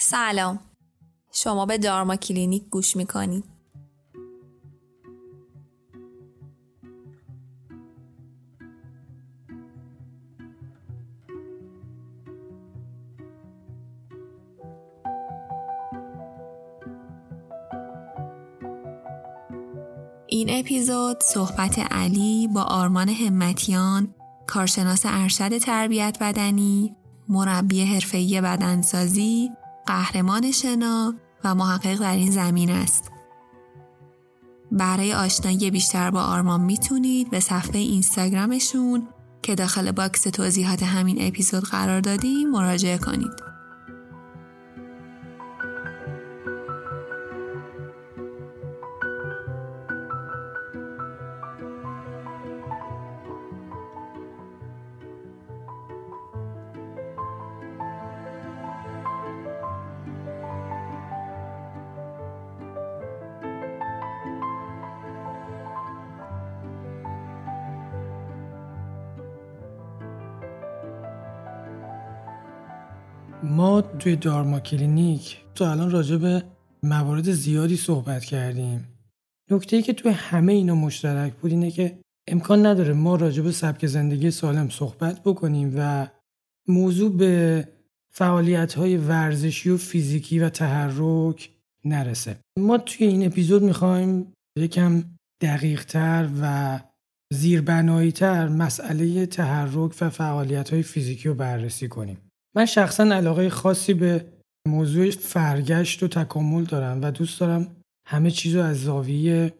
سلام، شما به دارما کلینیک گوش میکنید. این اپیزود صحبت علی با آرمان همتیان، کارشناس ارشد تربیت بدنی، مربی حرفه‌ای بدنسازی، قهرمان شنا و محقق در این زمینه است. برای آشنایی بیشتر با آرمان میتونید به صفحه اینستاگرامشون که داخل باکس توضیحات همین اپیزود قرار دادیم مراجعه کنید. ما توی دارما کلینیک تا الان راجع به موارد زیادی صحبت کردیم. نکته‌ای که توی همه اینا مشترک بود اینه که امکان نداره ما راجع به سبک زندگی سالم صحبت بکنیم و موضوع به فعالیت‌های ورزشی و فیزیکی و تحرک نرسه. ما توی این اپیزود می‌خوایم یکم دقیق‌تر و زیربنایی‌تر مسئله تحرک و فعالیت‌های فیزیکی رو بررسی کنیم. من شخصا علاقه خاصی به موضوع فرگشت و تکامل دارم و دوست دارم همه چیز رو از زاویه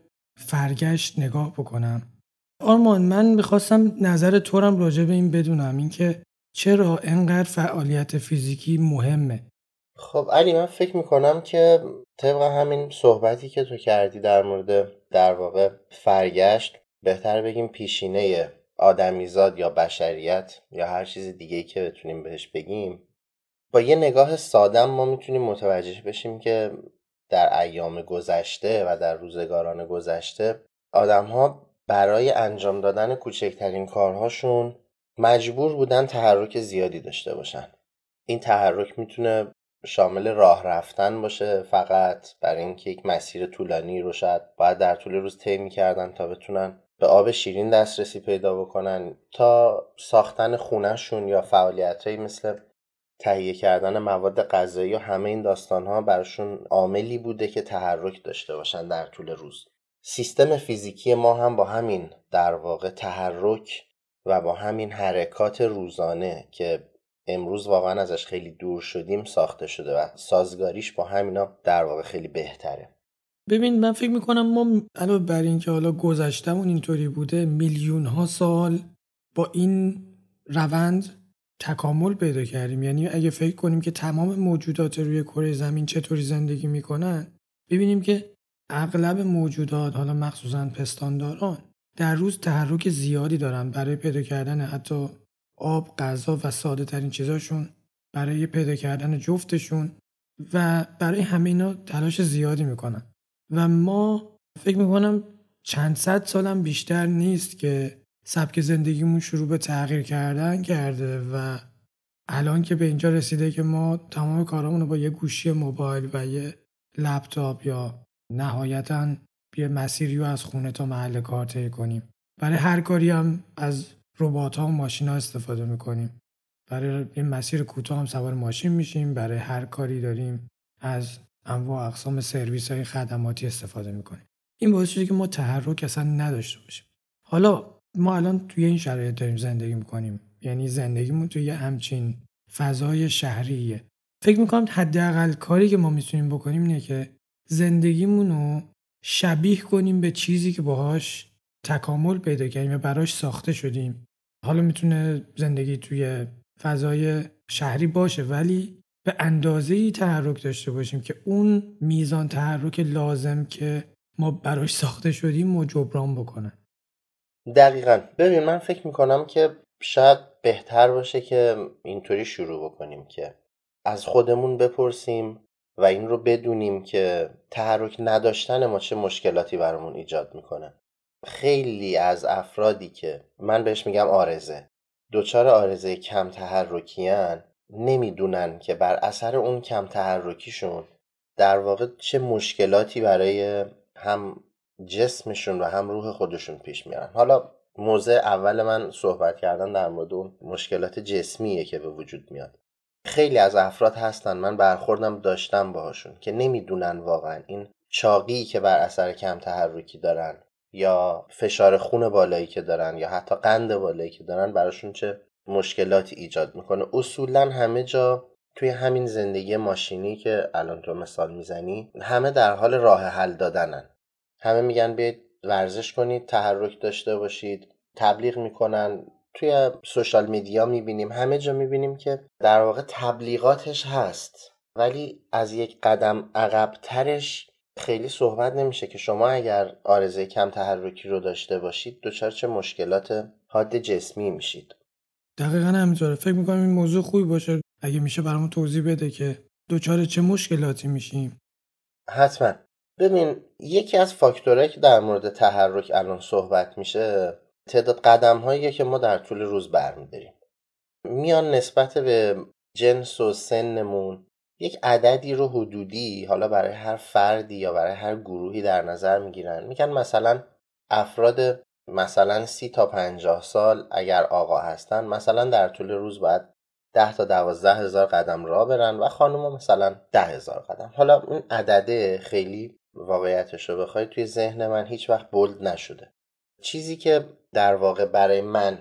فرگشت نگاه بکنم. آرمان، من میخواستم نظر تو رو راجع به این بدونم، اینکه چرا انقدر فعالیت فیزیکی مهمه؟ خب علی، من فکر میکنم که طبق همین صحبتی که تو کردی در مورد در واقع فرگشت، بهتر بگیم پیشینه آدمیزاد یا بشریت یا هر چیز دیگه‌ای که بتونیم بهش بگیم، با یه نگاه ساده ما میتونیم متوجه بشیم که در ایام گذشته و در روزگاران گذشته آدم‌ها برای انجام دادن کوچکترین کارهاشون مجبور بودن تحرک زیادی داشته باشن. این تحرک میتونه شامل راه رفتن باشه، فقط برای اینکه یک مسیر طولانی رو شاید باید در طول روز طی می‌کردن تا بتونن به آب شیرین دسترسی پیدا بکنن، تا ساختن خونه‌شون یا فعالیتایی مثل تهیه کردن مواد غذایی و همه این داستان‌ها براشون عاملی بوده که تحرک داشته باشن در طول روز. سیستم فیزیکی ما هم با همین در واقع تحرک و با همین حرکات روزانه که امروز واقعا ازش خیلی دور شدیم ساخته شده و سازگاریش با همینا در واقع خیلی بهتره. ببین، من فکر میکنم ما علاوه بر این که حالا گذشتمون اینطوری بوده، میلیون ها سال با این روند تکامل پیدا کردیم. یعنی اگه فکر کنیم که تمام موجودات روی کره زمین چطوری زندگی میکنن، ببینیم که اغلب موجودات، حالا مخصوصا پستانداران، در روز تحرک زیادی دارن برای پیدا کردن حتی آب، غذا و ساده ترین چیزاشون، برای پیدا کردن جفتشون و برای همه اینا تلاش زیادی میکنن. و ما فکر میکنم چند صد سالم بیشتر نیست که سبک زندگیمون شروع به تغییر کردن کرده و الان که به اینجا رسیده که ما تمام کارامون رو با یه گوشی موبایل و یه لپتاپ یا نهایتاً یه مسیری رو از خونه تا محل کار طی کنیم. برای هر کاری هم از ربات‌ها و ماشین‌ها استفاده میکنیم. برای این مسیر کوتاه هم سوار ماشین میشیم، برای هر کاری داریم از انواع اقسام سرویس‌های خدماتی استفاده میکنیم. این باعث شده که ما تحرک اصلا نداشته باشیم. حالا ما الان توی این شرایط داریم زندگی میکنیم، یعنی زندگیمون توی یه همچین فضای شهریه. فکر میکنم حداقل کاری که ما میتونیم بکنیم اینه که زندگیمون رو شبیه کنیم به چیزی که باهاش تکامل پیدا کردیم و براش ساخته شدیم. حالا میتونه زندگی توی فضای شهری باشه، ولی به اندازه‌ای تحرک داشته باشیم که اون میزان تحرک لازم که ما براش ساخته شدیم رو جبران بکنه. دقیقاً. ببین، من فکر میکنم که شاید بهتر باشه که اینطوری شروع بکنیم که از خودمون بپرسیم و این رو بدونیم که تحرک نداشتن ما چه مشکلاتی برامون ایجاد میکنه. خیلی از افرادی که من بهش میگم آرزه، دچار آرزه کم تحرکیان، نمیدونن که بر اثر اون کم تحرکیشون در واقع چه مشکلاتی برای هم جسمشون و هم روح خودشون پیش میارن. حالا موضوع اول من صحبت کردن در مورد اون مشکلات جسمیه که به وجود میاد. خیلی از افراد هستن، من برخوردم داشتم باهاشون، که نمیدونن واقعا این چاقی که بر اثر کم تحرکی دارن یا فشار خون بالایی که دارن یا حتی قند بالایی که دارن براشون چه مشکلاتی ایجاد میکنه. اصولا همه جا توی همین زندگی ماشینی که الان تو مثال میزنی همه در حال راه حل دادنن. همه میگن بیاید ورزش کنید، تحرک داشته باشید، تبلیغ میکنن. توی سوشال میدیا میبینیم، همه جا میبینیم که در واقع تبلیغاتش هست، ولی از یک قدم عقب‌ترش خیلی صحبت نمیشه که شما اگر عارضه کم تحرکی رو داشته باشید دچار چه مشکلات حاد جسمی میشید. دقیقاً همینطوره. فکر میکنم این موضوع خوبی باشه اگه میشه برامون توضیح بده که دچار چه مشکلاتی میشیم. حتما. ببین، یکی از فاکتورهایی که در مورد تحرک الان صحبت میشه تعداد قدم هایی که ما در طول روز برمیداریم. میان نسبت به جنس و سنمون یک عددی رو حدودی حالا برای هر فردی یا برای هر گروهی در نظر میگیرن. میگن مثلا افراد مثلا 30 تا 50 سال اگر آقا هستن مثلا در طول روز باید 10 تا 12 هزار قدم راه برن و خانوما مثلا 10 هزار قدم. حالا این عدده خیلی واقعیتش رو بخوای توی ذهن من هیچ وقت بولد نشده. چیزی که در واقع برای من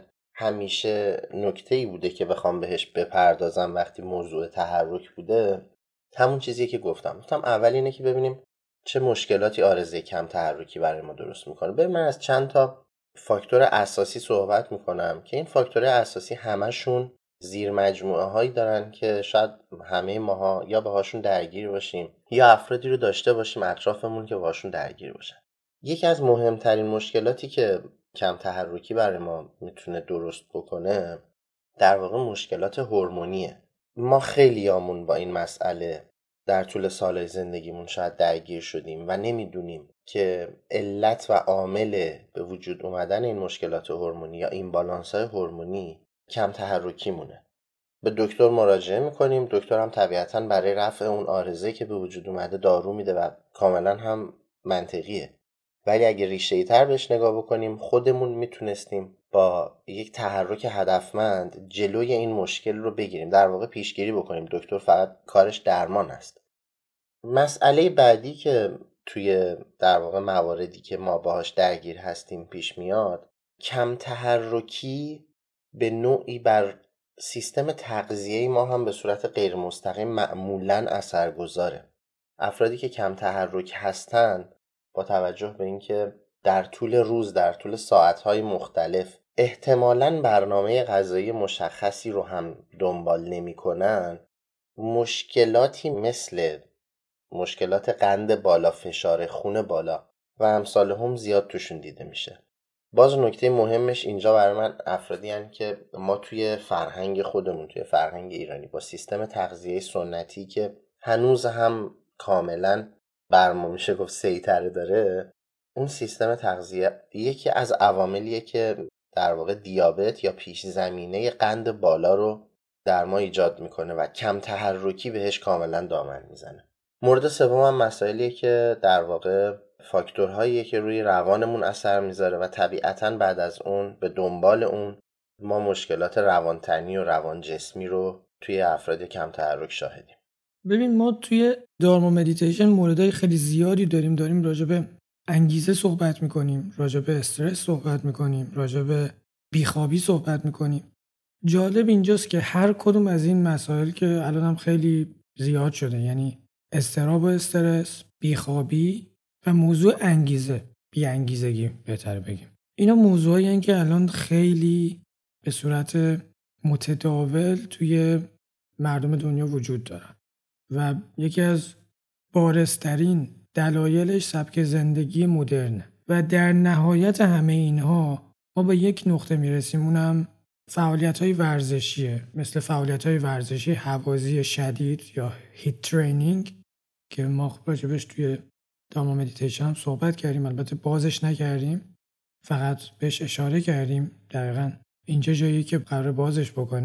همیشه نکته‌ای بوده که بخوام بهش بپردازم وقتی موضوع تحرک بوده، همون چیزی که گفتم اول اینه که ببینیم چه مشکلاتی عارضه کم تحرکی برای ما درست میکنه. ببین، من از چند تا فاکتور اساسی صحبت میکنم که این فاکتور اساسی همشون زیر مجموعه هایی دارن که شاید همه ماها یا باهاشون درگیر باشیم یا افرادی رو داشته باشیم اطرافمون که باهاشون درگیر باشن. یکی از مهمترین مشکلاتی که کم تحرکی برای ما میتونه درست بکنه در واقع مشکلات هورمونیه. ما خیلیامون با این مسئله در طول سالهای زندگیمون شاید درگیر شدیم و نمیدونیم که علت و عامل به وجود اومدن این مشکلات هورمونی یا این بالانس‌های هورمونی کم تحرکی مونه. به دکتر مراجعه میکنیم، دکتر هم طبیعتاً برای رفع اون عارضه که به وجود اومده دارو میده و کاملا هم منطقیه. ولی اگه ریشه‌ای تر بهش نگاه بکنیم خودمون میتونستیم با یک تحرک هدفمند جلوی این مشکل رو بگیریم، در واقع پیشگیری بکنیم. دکتر فقط کارش درمان است. مسئله بعدی که توی در واقع مواردی که ما باهاش درگیر هستیم پیش میاد، کم تحرکی به نوعی بر سیستم تغذیه ما هم به صورت غیر مستقیم معمولاً اثر گذاره. افرادی که کم تحرک هستن با توجه به اینکه در طول روز در طول ساعتهای مختلف احتمالاً برنامه غذایی مشخصی رو هم دنبال نمی کنن، مشکلاتی مثل مشکلات قند بالا، فشار خون بالا و امثال هم زیاد توشون دیده میشه. باز نکته مهمش اینجا برای من افرادی هستن که ما توی فرهنگ خودمون، توی فرهنگ ایرانی با سیستم تغذیه سنتی که هنوز هم کاملا برما میشه گفت سیطره داره، اون سیستم تغذیه یکی از عواملیه که در واقع دیابت یا پیش زمینه قند بالا رو در ما ایجاد میکنه و کم تحرکی بهش کاملا دامن میزنه. مورد سوم هم مسائلیه که در واقع فاکتورهاییه که روی روانمون اثر میذاره و طبیعتاً بعد از اون به دنبال اون ما مشکلات روانتنی و روان جسمی رو توی افراد کم تحرک شاهدیم. ببین، ما توی دارما مدیتیشن موردهای خیلی زیادی داریم راجع به انگیزه صحبت میکنیم، راجع به استرس صحبت میکنیم، راجع به بیخوابی صحبت میکنیم. جالب اینجاست که هر کدوم از این مسائل که الان هم خیلی زیاد شده، یعنی اضطراب و استرس، بیخوابی و موضوع انگیزه، بی انگیزگی بهتر بگیم، اینا موضوعایی هستند که الان خیلی به صورت متداول توی مردم دنیا وجود دارن و یکی از بارزترین دلایلش سبک زندگی مدرنه و در نهایت همه اینها ما به یک نقطه میرسیم، اونم فعالیت‌های ورزشیه، مثل فعالیت‌های ورزشی هوازی شدید یا هیت ترینینگ که ما راجبش توی دارما مدیتیشن هم صحبت کردیم، البته بازش نکردیم، فقط بهش اشاره کردیم. دقیقاً اینجا جایی که قرار بازش بکنیم.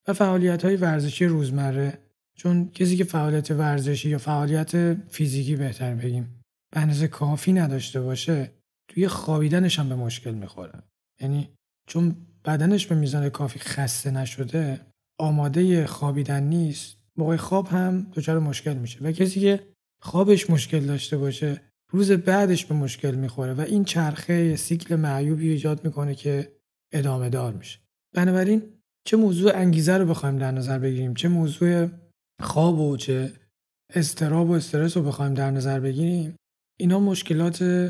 و فعالیت‌های ورزشی روزمره. چون کسی که فعالیت ورزشی یا فعالیت فیزیکی بهتر بگیم به اندازه کافی نداشته باشه، توی خوابیدنش هم به مشکل میخوره. یعنی چون بدنش به میزان کافی خسته نشده، آماده خوابیدن نیست، موقع خواب هم دچار مشکل میشه و کسی که خوابش مشکل داشته باشه روز بعدش به مشکل میخوره و این چرخه سیکل معیوبی ایجاد میکنه که ادامه دار میشه. بنابراین چه موضوع انگیزه رو بخوایم در نظر بگیریم، چه موضوع خواب و چه اضطراب و استرس رو بخوایم در نظر بگیریم، اینا مشکلات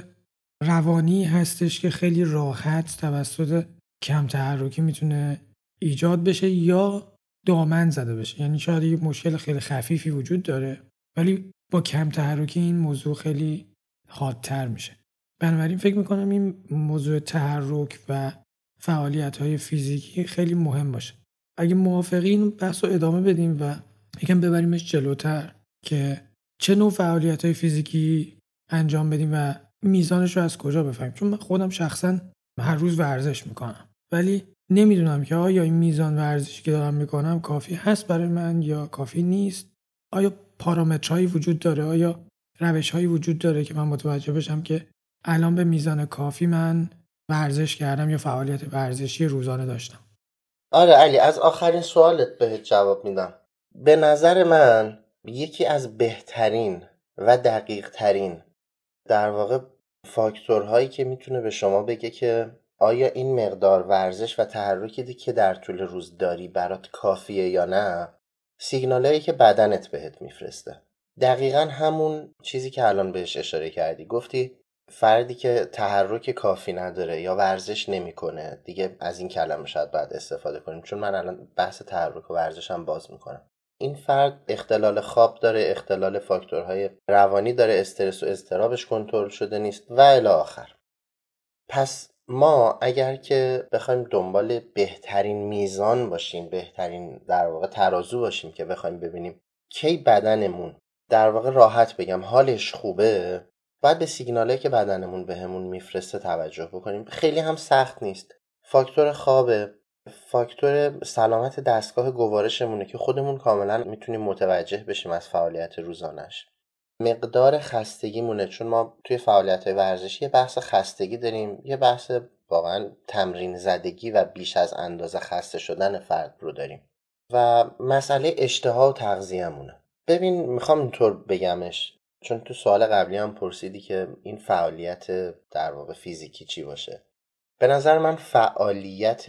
روانی هستش که خیلی راحت توسط کم تحرکی میتونه ایجاد بشه یا دامن زده بشه. یعنی شاید یک مشکل خیلی خفیفی وجود داره ولی با کم تحرکی این موضوع خیلی حادتر میشه. بنابراین فکر میکنم این موضوع تحرک و فعالیت‌های فیزیکی خیلی مهم باشه. اگه موافقین بحث رو ادامه بدیم و یکم ببریمش جلوتر که چه نوع فعالیت‌های فیزیکی انجام بدیم و میزانش رو از کجا بفهمیم. چون من خودم شخصا هر روز ورزش میکنم ولی نمیدونم که آیا این میزان ورزشی که دارم میکنم کافی هست برای من یا کافی نیست. آیا پارامترهایی وجود داره، آیا روش‌هایی وجود داره که من متوجه بشم که الان به میزان کافی من ورزش کردم یا فعالیت ورزشی روزانه داشتم. آره علی، از آخرین سوالت بهت جواب میدم. به نظر من یکی از بهترین و دقیق ترین در واقع فاکتورهایی که میتونه به شما بگه که آیا این مقدار ورزش و تحرکی که در طول روز داری برات کافیه یا نه، سیگنالایی که بدنت بهت میفرسته. دقیقاً همون چیزی که الان بهش اشاره کردی. گفتی فردی که تحرک کافی نداره یا ورزش نمیکنه، دیگه از این کلمه شاید باید استفاده کنیم چون من الان بحث تحرک و ورزشم باز میکنم. این فرد اختلال خواب داره، اختلال فاکتورهای روانی داره، استرس و اضطرابش کنترل شده نیست و الی آخر. پس ما اگر که بخوایم دنبال بهترین میزان باشیم، بهترین در واقع ترازو باشیم که بخوایم ببینیم کی بدنمون در واقع راحت بگم حالش خوبه، باید به سیگنالایی که بدنمون بهمون میفرسته توجه بکنیم. خیلی هم سخت نیست. فاکتور خوابه، فاکتور سلامت دستگاه گوارشمونه که خودمون کاملا میتونیم متوجه بشیم از فعالیت روزانش. مقدار خستگیمونه، چون ما توی فعالیت‌های ورزشی یه بحث خستگی داریم، یه بحث واقعا تمرین زدگی و بیش از اندازه خسته شدن فرد رو داریم و مسئله اشتها و تغذیه‌مونه. ببین میخوام اینطور بگمش، چون تو سوال قبلی هم پرسیدی که این فعالیت در واقع فیزیکی چی باشه. به نظر من فعالیت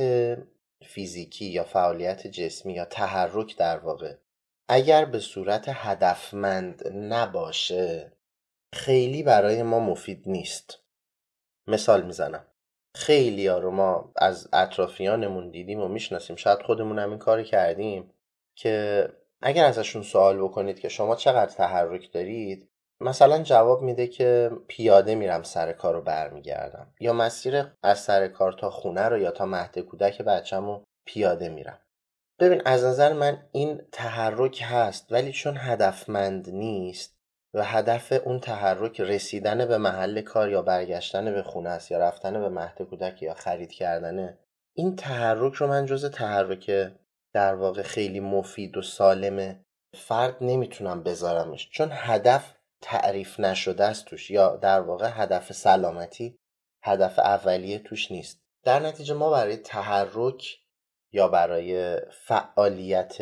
فیزیکی یا فعالیت جسمی یا تحرک در واقع اگر به صورت هدفمند نباشه خیلی برای ما مفید نیست. مثال میزنم، خیلی ها رو ما از اطرافیانمون دیدیم و میشناسیم، شاید خودمون هم این کار کردیم، که اگر ازشون سوال بکنید که شما چقدر تحرک دارید، مثلا جواب میده که پیاده میرم سر کار رو برمیگردم، یا مسیر از سر کار تا خونه رو یا تا مهد کودک بچه‌مو پیاده میرم. ببین از نظر من این تحرک هست ولی چون هدفمند نیست و هدف اون تحرک رسیدن به محل کار یا برگشتن به خونه است یا رفتن به مهد کودک یا خرید کردنه، این تحرک رو من جز تحرک در واقع خیلی مفید و سالم فرد نمیتونم بذارمش، چون هدف تعریف نشده است توش، یا در واقع هدف سلامتی هدف اولیه توش نیست. در نتیجه ما برای تحرک یا برای فعالیت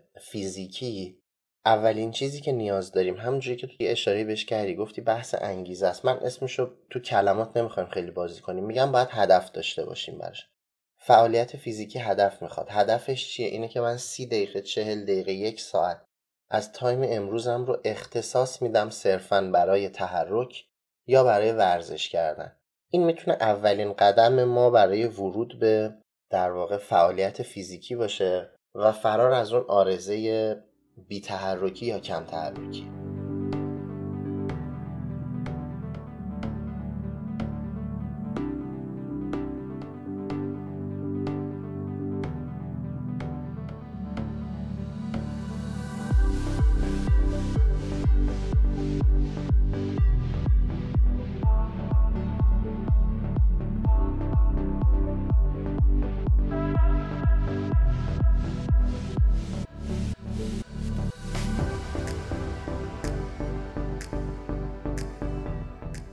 فیزیکی اولین چیزی که نیاز داریم، همونجوری که توی اشاره بهش کردی، گفتی بحث انگیزه است. من اسمشو تو کلمات نمیخوایم خیلی بازی کنیم، میگم باید هدف داشته باشیم براش. فعالیت فیزیکی هدف میخواد. هدفش چیه؟ اینه که من 30 دقیقه 40 دقیقه 1 ساعت از تایم امروزم رو اختصاص میدم صرفاً برای تحرک یا برای ورزش کردن. این میتونه اولین قدم ما برای ورود به در واقع فعالیت فیزیکی باشه و فرار از اون عارضه بی تحرکی یا کم تحرکی.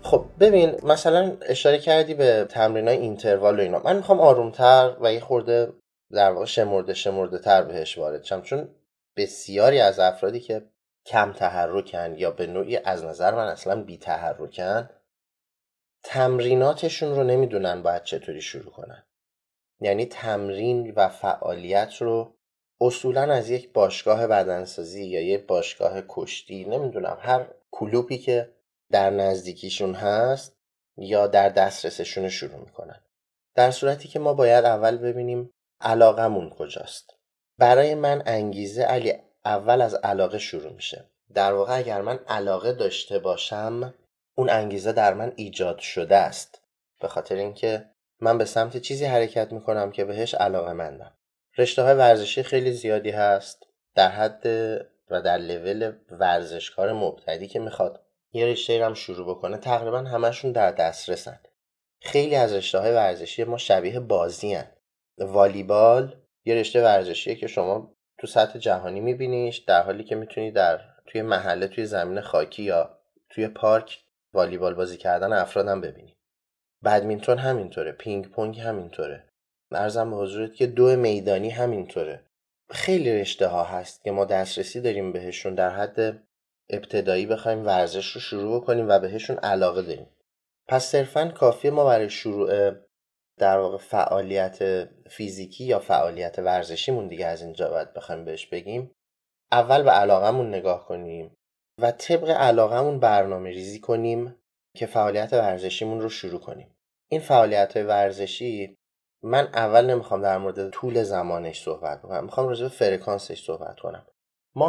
خب ببین، مثلا اشاره کردی به تمرینای اینتروال و اینا. من میخوام آرومتر و یه خورده در واقع شمرده تر بهش وارد شم، چون بسیاری از افرادی که کم تحرکن یا به نوعی از نظر من اصلا بی تحرکن، تمریناتشون رو نمیدونن باید چطوری شروع کنن. یعنی تمرین و فعالیت رو اصولا از یک باشگاه بدنسازی یا یک باشگاه کشتی، نمیدونم هر کلوپی که در نزدیکیشون هست یا در دسترسشون شروع میکنن. در صورتی که ما باید اول ببینیم علاقمون کجاست. برای من انگیزه علی اول از علاقه شروع میشه. در واقع اگر من علاقه داشته باشم، اون انگیزه در من ایجاد شده است، به خاطر اینکه من به سمت چیزی حرکت میکنم که بهش علاقه‌مندم. رشته‌های ورزشی خیلی زیادی هست در حد و در لول ورزشکار مبتدی که میخواد یه رشته رو هم شروع بکنه، تقریبا همشون در دسترسن. خیلی از رشته‌های ورزشی ما شبیه بازی هن. والیبال یه رشته ورزشیه که شما تو سطح جهانی میبینیش، در حالی که میتونی توی محله، توی زمین خاکی یا توی پارک والیبال بازی کردن افرادم ببینی. بدمینتون همینطوره، پینگ پونگ همینطوره، عرضم به حضورت که دو میدانی همینطوره. خیلی رشته ها هست که ما دسترسی داریم بهشون، در حد ابتدایی بخوایم ورزش رو شروع کنیم و بهشون علاقه داریم. پس صرفاً کافیه ما برای شروع در واقع فعالیت فیزیکی یا فعالیت ورزشیمون، دیگه از اینجا باید بخوایم بهش بگیم، اول به علاقمون نگاه کنیم و طبق علاقمون برنامه ریزی کنیم که فعالیت ورزشیمون رو شروع کنیم. این فعالیت ورزشی، من اول نمیخوام در مورد طول زمانش صحبت کنم، میخوام راجع به فرکانسش صحبت کنم. ما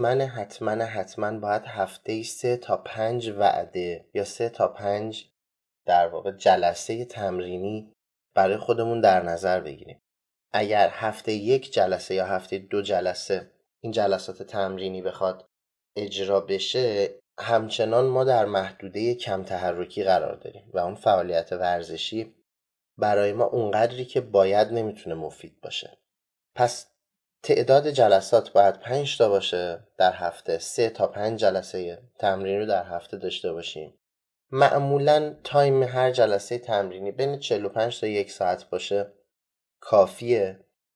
حتما باید هفته‌ای 3 تا 5 وعده یا 3 تا 5 در واقع جلسه تمرینی برای خودمون در نظر بگیریم. اگر هفته 1 جلسه یا هفته 2 جلسه این جلسات تمرینی بخواد اجرا بشه، همچنان ما در محدوده کم تحرکی قرار داریم و اون فعالیت ورزشی برای ما اونقدری که باید نمیتونه مفید باشه. پس تعداد جلسات باید 5 تا باشه در هفته، 3 تا 5 جلسه تمرین رو در هفته داشته باشیم. معمولاً تایم هر جلسه تمرینی بین 45 تا 1 ساعت باشه کافیه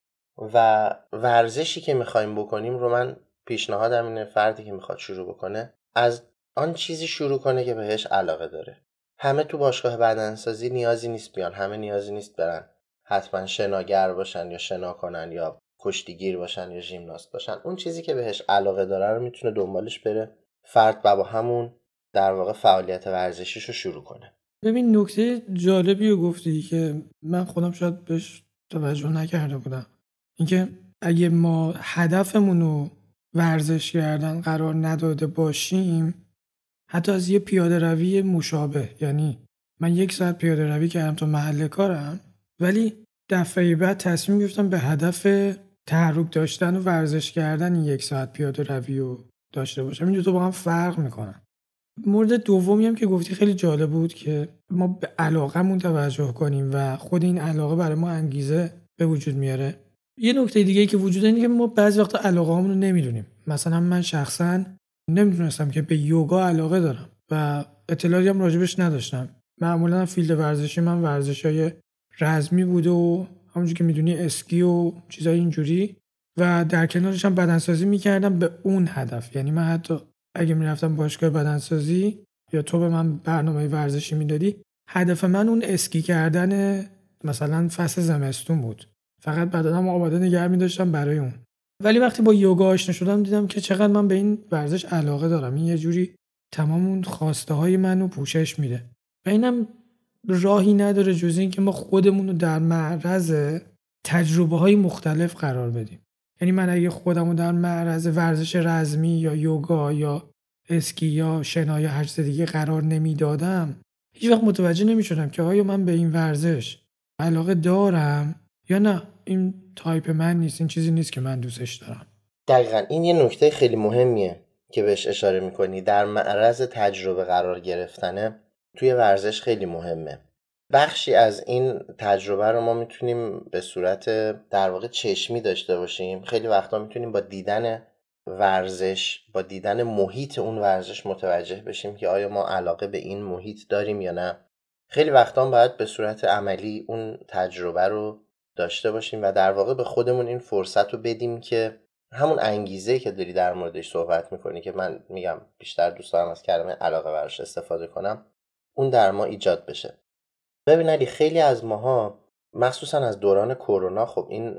و ورزشی که میخوایم بکنیم رو من پیشنهادم اینه فردی که میخواد شروع بکنه از آن چیزی شروع کنه که بهش علاقه داره. همه تو باشگاه بدنسازی نیازی نیست بیان، همه نیازی نیست برن حتما شناگر باشن یا شنا کنن یا کشتیگیر باشن یا ژیمناست باشن. اون چیزی که بهش علاقه داره رو میتونه دنبالش بره فرد و با همون در واقع فعالیت ورزشیش رو شروع کنه. ببین نکته جالبی رو گفتی که من خودم شاید بهش توجه نکرده بودم، اینکه اگه ما هدفمون رو ورزش کردن قرار نداده باشیم، حتی از یه پیاده روی مشابه، یعنی من 1 ساعت پیاده روی کردم تا محل کارم، ولی دفعه بعد تصمیم گرفتم به هدف تحرک داشتن و ورزش کردن این 1 ساعت پیاده روی رو داشته باشم، این دو تا با هم فرق میکنن. مورد دومی هم که گفتی خیلی جالب بود که ما به علاقمون توجه کنیم و خود این علاقه برای ما انگیزه به وجود میاره. یه نکته دیگه که وجود داره اینه که ما بعضی وقتا علاقه‌هامون رو نمیدونیم. مثلا من شخصا نمیدونستم که به یوگا علاقه دارم و اطلاعی هم راجبش نداشتم. معمولا فیلد ورزشی من ورزش‌های رزمی بوده و همونجوری که میدونی اسکی و چیزای اینجوری، و در کنارش هم بدنسازی میکردم به اون هدف. یعنی من حتی اگه میرفتم باشگاه بدنسازی یا تو به من برنامه ورزشی میدادی، هدف من اون اسکی کردن مثلا فصل زمستون بود، فقط بدنم آماده نگه می‌داشتم برای اون. ولی وقتی با یوگا آشنا شدم دیدم که چقدر من به این ورزش علاقه دارم، این یه جوری تمام اون خواسته های منو پوشش میده و اینم راهی نداره جز این که ما خودمون رو در معرض تجربه های مختلف قرار بدیم. یعنی من اگه خودم رو در معرض ورزش رزمی یا یوگا یا اسکی یا شنا یا هر چیز دیگه قرار نمیدادم، هیچ وقت متوجه نمیشدم که آیا من به این ورزش علاقه دارم یا نه، این تایپ من نیست، این چیزی نیست که من دوستش دارم. دقیقاً این یه نکته خیلی مهمیه که بهش اشاره میکنی. در معرض تجربه قرار گرفتنه توی ورزش خیلی مهمه. بخشی از این تجربه رو ما میتونیم به صورت در واقع چشمی داشته باشیم. خیلی وقتا میتونیم با دیدن ورزش، با دیدن محیط اون ورزش متوجه بشیم که آیا ما علاقه به این محیط داریم یا نه. خیلی وقتا باید به صورت عملی اون تجربه رو داشته باشیم و در واقع به خودمون این فرصت رو بدیم که همون انگیزه که داری در موردش صحبت میکنی، که من میگم بیشتر دوست دارم از کلمه علاقه ورزش استفاده کنم، اون در ما ایجاد بشه. ببین علی، خیلی از ماها مخصوصا از دوران کرونا خب این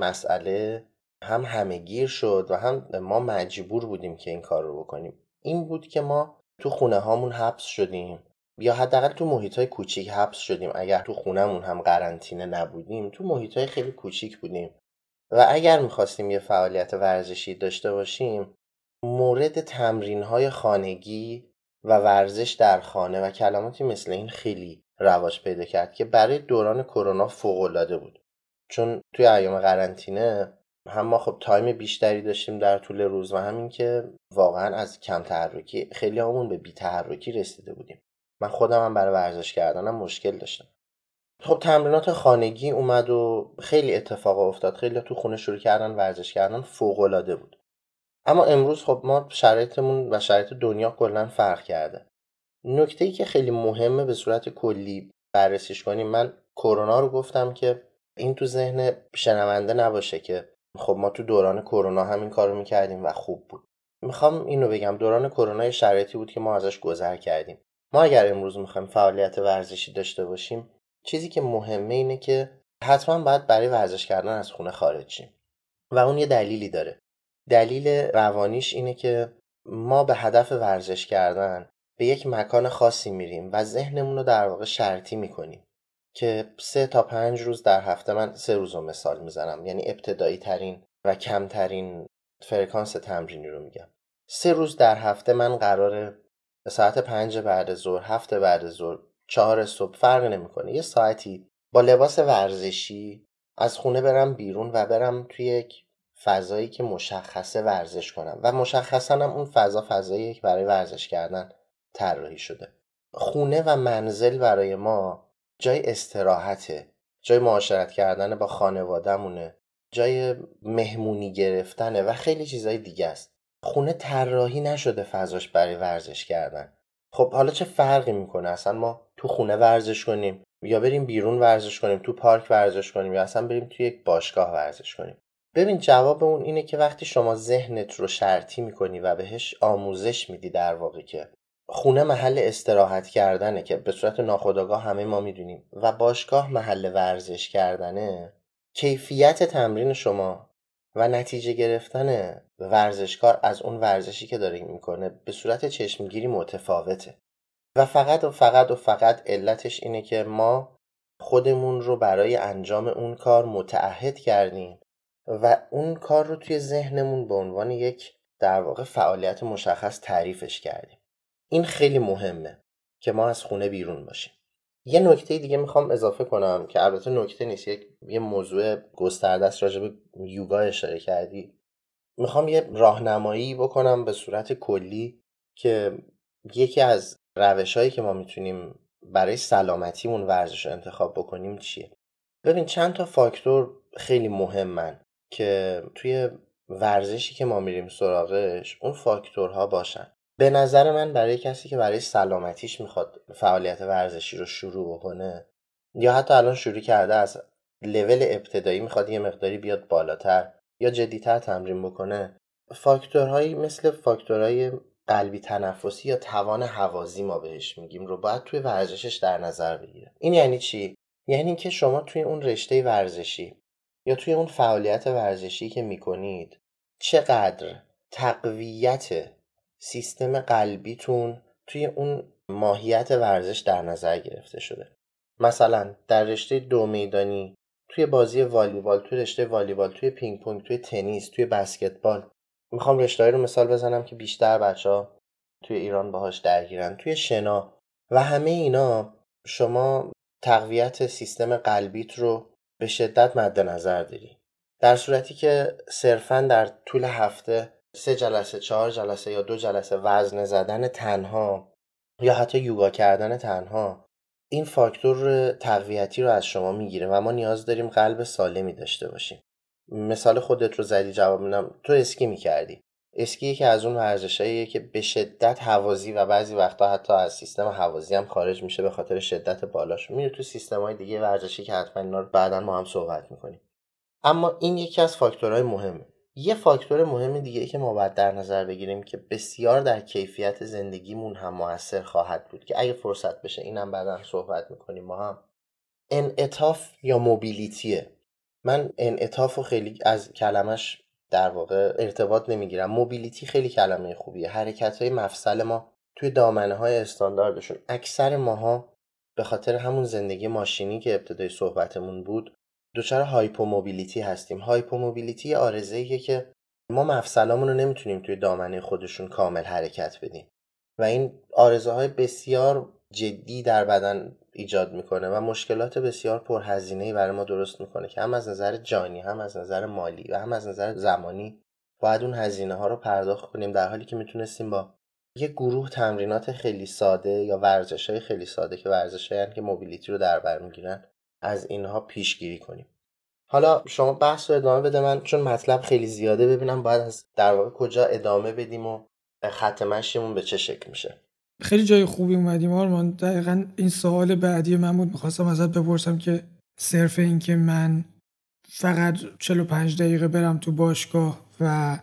مسئله هم همه‌گیر شد و هم ما مجبور بودیم که این کار رو بکنیم. این بود که ما تو خونه هامون حبس شدیم، یا حداقل تو محیطای کوچیک حبس شدیم. اگر تو خونهمون هم قرنطینه نبودیم، تو محیطای خیلی کوچیک بودیم و اگر میخواستیم یه فعالیت ورزشی داشته باشیم، مورد تمرین‌های خانگی و ورزش در خانه و کلماتی مثل این خیلی رواج پیدا کرد که برای دوران کرونا فوق‌العاده بود. چون توی ایام قرنطینه هم ما خب تایم بیشتری داشتیم در طول روز و همین که واقعا از کم تحرکی خیلی همون به بی تحرکی رسیده بودیم. من خودم هم برای ورزش کردنم مشکل داشتم. خب تمرینات خانگی اومد و خیلی اتفاق افتاد، خیلی تو خونه شروع کردن ورزش کردن، فوق‌العاده بود. اما امروز خب ما شرایطمون و شرایط دنیا کلا فرق کرده. نکته‌ای که خیلی مهمه به صورت کلی بررسیش کنیم، من کرونا رو گفتم که این تو ذهن شنونده نباشه که خب ما تو دوران کرونا همین کارو میکردیم و خوب بود. میخوام اینو بگم، دوران کرونا شرایطی بود که ما ازش گذر کردیم. ما اگر امروز میخوایم فعالیت ورزشی داشته باشیم، چیزی که مهمه اینه که حتما باید برای ورزش کردن از خونه خارج شیم و اون یه دلیلی داره. دلیل روانیش اینه که ما به هدف ورزش کردن به یک مکان خاصی میریم و ذهنمون رو در واقع شرطی میکنیم که 3 تا 5 روز در هفته، من 3 روز رو مثال میزنم، یعنی ابتدایی ترین و کمترین فرکانس تمرینی رو میگم. 3 روز در هفته من قراره ساعت 5 بعد ظهر، 7 بعد ظهر، 4 صبح، فرق نمیکنه، یه ساعتی با لباس ورزشی از خونه برم بیرون و برم توی یک فضایی که مشخصه ورزش کنم و مشخصا هم اون فضاییه که برای ورزش کردن طراحی شده. خونه و منزل برای ما جای استراحته، جای معاشرت کردن با خانواده‌مونه، جای مهمونی گرفتنه و خیلی چیزای دیگه است. خونه طراحی نشده فضاش برای ورزش کردن. خب حالا چه فرقی میکنه اصلا ما تو خونه ورزش کنیم یا بریم بیرون ورزش کنیم، تو پارک ورزش کنیم یا اصلا بریم توی یک باشگاه ورزش کنیم؟ ببین جواب اون اینه که وقتی شما ذهنت رو شرطی میکنی و بهش آموزش میدی در واقع که خونه محل استراحت کردنه، که به صورت ناخودآگاه همه ما میدونیم، و باشگاه محل ورزش کردنه، کیفیت تمرین شما و نتیجه گرفتن ورزشکار از اون ورزشی که داره میکنه به صورت چشمگیری متفاوته. و فقط علتش اینه که ما خودمون رو برای انجام اون کار متعهد کردیم و اون کار رو توی ذهنمون به عنوان یک در واقع فعالیت مشخص تعریفش کردیم. این خیلی مهمه که ما از خونه بیرون باشیم. یه نکته دیگه میخوام اضافه کنم که البته نکته نیست، یه موضوع گسترده است، راجع به یوگا اشاره کردی. میخوام یه راهنمایی بکنم به صورت کلی که یکی از روش‌هایی که ما میتونیم برای سلامتیمون ورزش رو انتخاب بکنیم چیه. ببین چند تا فاکتور خیلی مهمن که توی ورزشی که ما میریم سراغش اون فاکتورها باشن. به نظر من برای کسی که برای سلامتیش میخواد فعالیت ورزشی رو شروع بکنه یا حتی الان شروع کرده از لول ابتدایی میخواد یه مقداری بیاد بالاتر یا جدیتر تمرین بکنه، فاکتورهایی مثل فاکتورهای قلبی تنفسی یا توان هوازی ما بهش میگیم رو باید توی ورزشش در نظر بگیره. این یعنی چی؟ یعنی که شما توی اون رشته ورزشی یا توی اون فعالیت ورزشی که میکنید چقدر تقویت سیستم قلبیتون توی اون ماهیت ورزش در نظر گرفته شده. مثلا در رشته 2 میدانی، توی بازی والیبال، توی رشته والیبال، توی پینگ پونگ، توی تنیس، توی بسکتبال، میخوام رشته‌ای رو مثال بزنم که بیشتر بچه‌ها توی ایران باهاش درگیرن، توی شنا و همه اینا شما تقویت سیستم قلبیت رو به شدت مد نظر داری. در صورتی که صرفاً در طول هفته 3 جلسه، 4 جلسه یا 2 جلسه وزنه زدن تنها یا حتی یوگا کردن تنها این فاکتور تقویتی رو از شما میگیره و ما نیاز داریم قلب سالمی داشته باشیم. مثال خودت رو زدی، جواب میدم. تو اسکی میکردی، اسکی یکی از اون ورزشاییه که به شدت هوازی و بعضی وقتا حتی از سیستم هوازی هم خارج میشه به خاطر شدت بالاش، میره تو سیستم‌های دیگه ورزشی که حتما اینا رو بعداً ما هم صحبت می‌کنیم. اما این یکی از فاکتورهای مهمه. یه فاکتور مهم دیگه که ما باید در نظر بگیریم که بسیار در کیفیت زندگیمون هم مؤثر خواهد بود که اگه فرصت بشه اینم بعداً صحبت می‌کنیم ما هم، انعطاف یا موبیلیتیه. من انعطافو خیلی از کلمش در واقع ارتباط نمیگیرم. موبیلیتی خیلی کلمه خوبیه. حرکت‌های مفصل ما توی دامنه‌های استانداردشون، اکثر ماها به خاطر همون زندگی ماشینی که ابتدای صحبتمون بود دچار هایپوموبیلیتی هستیم. هایپوموبیلیتی عارضه‌ایه که ما مفصلامون رو نمیتونیم توی دامنه خودشون کامل حرکت بدیم و این عارضه‌های بسیار جدی در بدن ایجاد میکنه و مشکلات بسیار پرهزینه‌ای برای ما درست میکنه که هم از نظر جانی، هم از نظر مالی و هم از نظر زمانی باید اون هزینه ها رو پرداخت کنیم، در حالی که میتونستیم با یک گروه تمرینات خیلی ساده یا ورزش‌های خیلی ساده که ورزش‌هایی که موبیلیتی رو در بر میگیرن از اینها پیشگیری کنیم. حالا شما بحث رو ادامه بده، من چون مطلب خیلی زیاده ببینم باید از در واقع کجا ادامه بدیم و خط مشیمون به چه شکل میشه. خیلی جای خوبی اومدیم آرمان. دقیقاً این سوال بعدی من بود، میخواستم ازت بپرسم که صرف این که من فقط 45 دقیقه برم تو باشگاه و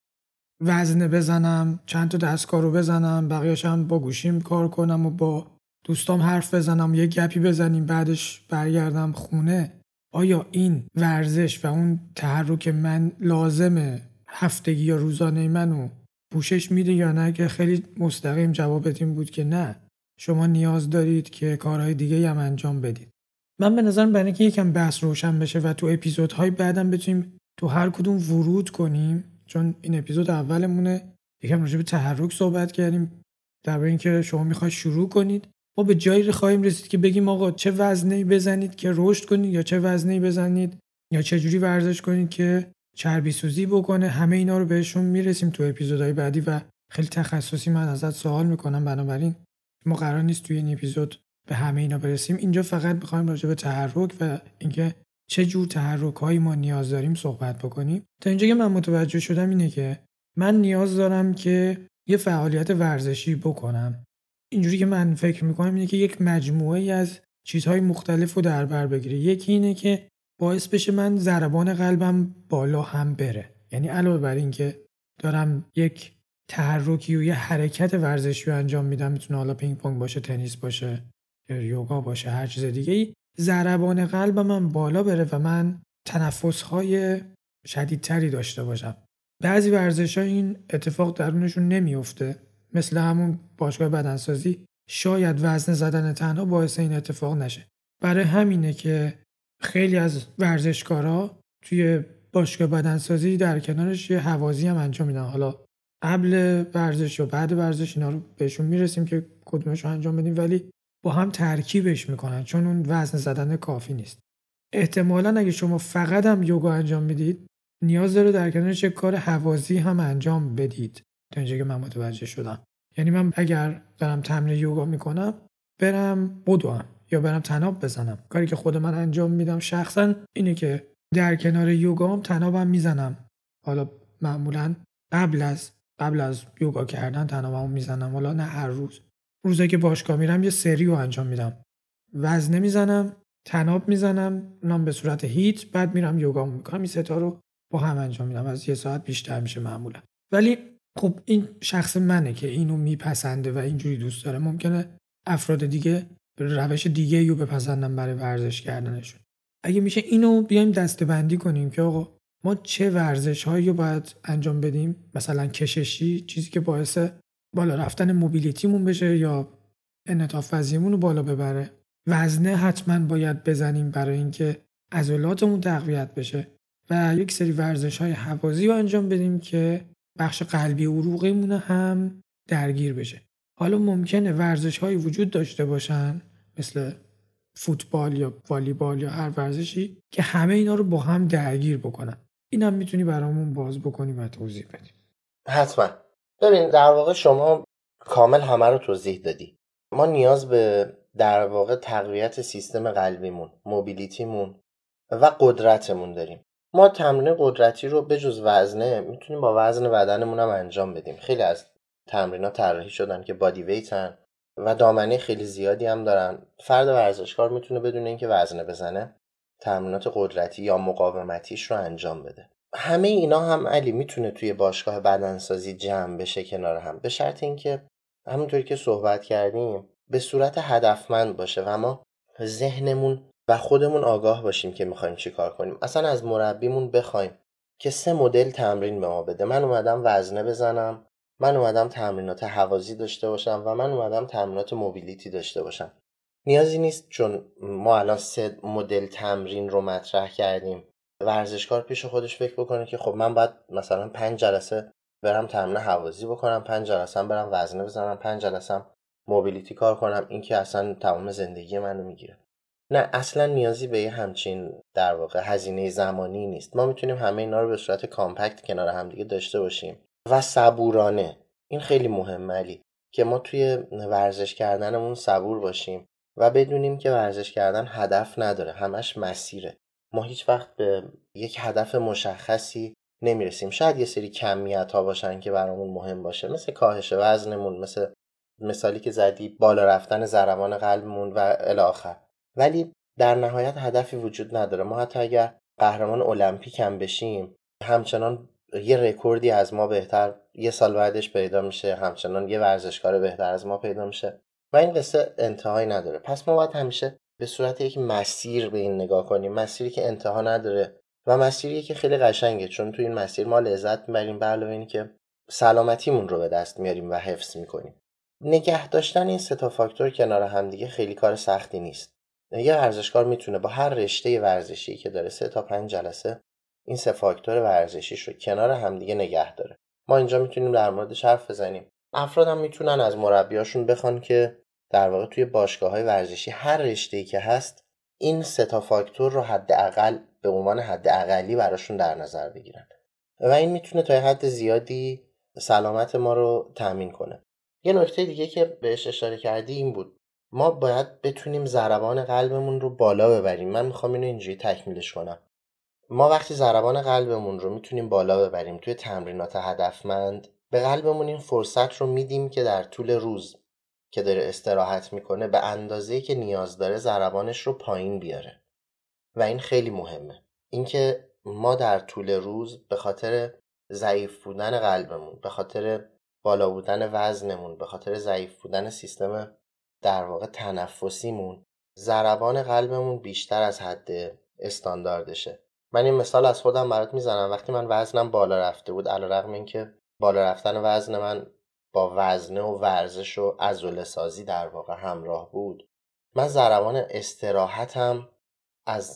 وزنه بزنم، چند تا دستگاه رو بزنم، بقیه‌اش هم با گوشیم کار کنم و با دوستام حرف بزنم، یه گپی بزنیم، بعدش برگردم خونه، آیا این ورزش و اون تحرک من لازمه هفتگی یا روزانه منو پوشش میده یا نه؟ که خیلی مستقیم جوابت این بود که نه، شما نیاز دارید که کارهای دیگه هم انجام بدید. من به نظرم برای اینکه یکم بحث روشن بشه و تو اپیزودهای بعدم بتونیم تو هر کدوم ورود کنیم، چون این اپیزود اولمونه، یکم راجع به تحرک صحبت کردیم، درباره اینکه شما میخواید شروع کنید، ما به جایی خواهیم رسید که بگیم آقا چه وزنه‌ای بزنید که رشد کنید یا چه وزنه‌ای بزنید یا چه جوری ورزش کنید که چربی سوزی بکنه. همه اینا رو بهشون میرسیم تو اپیزودهای بعدی و خیلی تخصصی من ازت سوال میکنم، بنابراین ما قرار نیست توی این اپیزود به همه اینا برسیم. اینجا فقط میخوایم راجع به تحرک و اینکه چه جور تحرک‌هایی ما نیاز داریم صحبت بکنیم. تا اینجا که من متوجه شدم اینه که من نیاز دارم که یه فعالیت ورزشی بکنم. اینجوری که من فکر میکنم اینه که یک مجموعه‌ای از چیزهای مختلف رو در بر بگیره. یکی اینه که باعث بشه من ضربان قلبم بالا هم بره، یعنی علاوه بر این که دارم یک تحرکی و یه حرکت ورزشی رو انجام میدم، میتونه حالا پینگ پونگ باشه، تنیس باشه، یوگا باشه، هر چیز دیگه‌ای، ضربان قلبم هم بالا بره و من تنفس‌های شدیدتری داشته باشم. بعضی ورزش‌ها این اتفاق درونشون نمیفته، مثل همون باشگاه بدنسازی شاید وزن زدن تنها باعث این اتفاق نشه. برای همینه که خیلی از ورزشکارا توی باشگاه بدنسازی در کنارش یه هوازی هم انجام میدن. حالا قبل ورزش و بعد ورزش اینا رو بهشون میرسیم که کدومش رو انجام بدیم، ولی با هم ترکیبش میکنن چون اون وزن زدن کافی نیست. احتمالاً اگه شما فقط هم یوگا انجام میدید نیاز داره در کنارش یک کار هوازی هم انجام بدید. تا اینجا که من متوجه شدم، یعنی من اگر دارم تمرین یوگا میکنم برم بدوم یا برم طناب بزنم. کاری که خود من انجام میدم شخصا اینه که در کنار یوگام طنابم میزنم. حالا معمولا قبل از یوگا کردن طنابمو میزنم، حالا نه هر روز. روزایی که باشگاه میرم یه سری رو انجام میدم، وزنه میزنم، طناب میزنم، اونم به صورت هیت، بعد میرم یوگا میکنم. این سه تا رو با هم انجام میدم، از یه ساعت بیشتر میشه معمولا. ولی خب این شخص منه که اینو میپسنده و اینجوری دوست داره. ممکنه افراد دیگه روش دیگه رو بپسندن برای ورزش کردنشون. اگه میشه اینو بیایم دسته‌بندی کنیم که آقا ما چه ورزش‌هایی رو باید انجام بدیم، مثلا کششی، چیزی که باعث بالا رفتن موبیلیتیمون بشه یا انعطاف پذیریمون رو بالا ببره. وزنه حتما باید بزنیم برای اینکه عضلاتمون تقویت بشه و یک سری ورزش‌های هوازی رو انجام بدیم که بخش قلبی عروقیمون هم درگیر بشه. حالا ممکنه ورزش‌هایی وجود داشته باشن مثل فوتبال یا والیبال یا هر ورزشی که همه اینا رو با هم درگیر بکنن. اینم میتونی برامون باز بکنی و توضیح بدی؟ حتما. ببین در واقع شما کامل همه رو توضیح دادی. ما نیاز به در واقع تقویت سیستم قلبیمون، موبیلیتیمون و قدرتمون داریم. ما تمرین قدرتی رو به جز وزنه میتونیم با وزن بدنمون هم انجام بدیم. خیلی از تمرینات طراحی شدن که بادی ویتن و دامنه خیلی زیادی هم دارن. فرد ورزشکار میتونه بدون اینکه وزنه بزنه تمرینات قدرتی یا مقاومتیش رو انجام بده. همه اینا هم علی میتونه توی باشگاه بدنسازی جمع بشه کنار هم، به شرط اینکه همونطوری که صحبت کردیم به صورت هدفمند باشه و ما ذهنمون و خودمون آگاه باشیم که میخوایم چی کار کنیم. اصلا از مربیمون بخوایم که 3 مدل تمرین به ما بده. من اومدم وزنه بزنم، من اومدم تمرینات هوازی داشته باشم و من اومدم تمرینات موبیلیتی داشته باشم. نیازی نیست چون ما الان 3 مدل تمرین رو مطرح کردیم ورزشکار پیش خودش فکر بکنه که خب من باید مثلا 5 جلسه برم تمرین هوازی بکنم، 5 جلسه هم برم وزنه بزنم، 5 جلسه هم موبیلیتی کار کنم. این که اصلا تمام زندگی منو میگیره. نه، اصلا نیازی به یه همچین در واقع هزینه زمانی نیست. ما میتونیم همه اینا رو به صورت کامپکت کنار همدیگه داشته باشیم و صبورانه. این خیلی مهمه علی، که ما توی ورزش کردنمون صبور باشیم و بدونیم که ورزش کردن هدف نداره، همش مسیره. ما هیچ وقت به یک هدف مشخصی نمیرسیم. شاید یه سری کمیت ها باشن که برامون مهم باشه، مثل کاهش وزنمون، مثل مثالی که زدی بالا رفتن ضربان قلبمون و الی آخر، ولی در نهایت هدفی وجود نداره. ما حتی اگر قهرمان المپیک هم بشیم همچنان یه رکوردی از ما بهتر یه سال بعدش پیدا میشه، همچنان یه ورزشکار بهتر از ما پیدا میشه و این قصه انتهایی نداره. پس ما باید همیشه به صورت یک مسیر به این نگاه کنیم، مسیری که انتها نداره و مسیری که خیلی قشنگه، چون تو این مسیر ما لذت میبریم به علاوه اینی که سلامتیمون رو به دست میاریم و حفظ میکنیم. نگه داشتن این 3 تا فاکتور کنار همدیگه خیلی کار سختی نیست. یه ورزشکار میتونه با هر رشته ورزشی که داره 3 تا 5 جلسه این 3 فاکتور ورزشیش رو کنار همدیگه نگه داره. ما اینجا میتونیم در موردش حرف بزنیم. افراد هم میتونن از مربیاشون بخوان که در واقع توی باشگاه‌های ورزشی هر رشته‌ای که هست این 3 تا فاکتور رو حداقل به عنوان حداقلی براشون در نظر بگیرن و این میتونه تا حد زیادی سلامت ما رو تضمین کنه. یه نکته دیگه که بهش اشاره کردی این بود، ما باید بتونیم ضربان قلبمون رو بالا ببریم. من میخوام اینو اینجوری تکمیلش کنم. ما وقتی ضربان قلبمون رو میتونیم بالا ببریم توی تمرینات هدفمند، به قلبمون این فرصت رو میدیم که در طول روز که داره استراحت میکنه به اندازه‌ای که نیاز داره ضربانش رو پایین بیاره و این خیلی مهمه. اینکه ما در طول روز به خاطر ضعیف بودن قلبمون، به خاطر بالا بودن وزنمون، به خاطر ضعیف بودن سیستم در واقع تنفسیمون، ضربان قلبمون بیشتر از حد استانداردشه. من این مثال از خودم برات میزنم. وقتی من وزنم بالا رفته بود، علیرغم اینکه بالا رفتن وزن من با وزنه و ورزش و عضله سازی در واقع همراه بود، من ضربان استراحتم از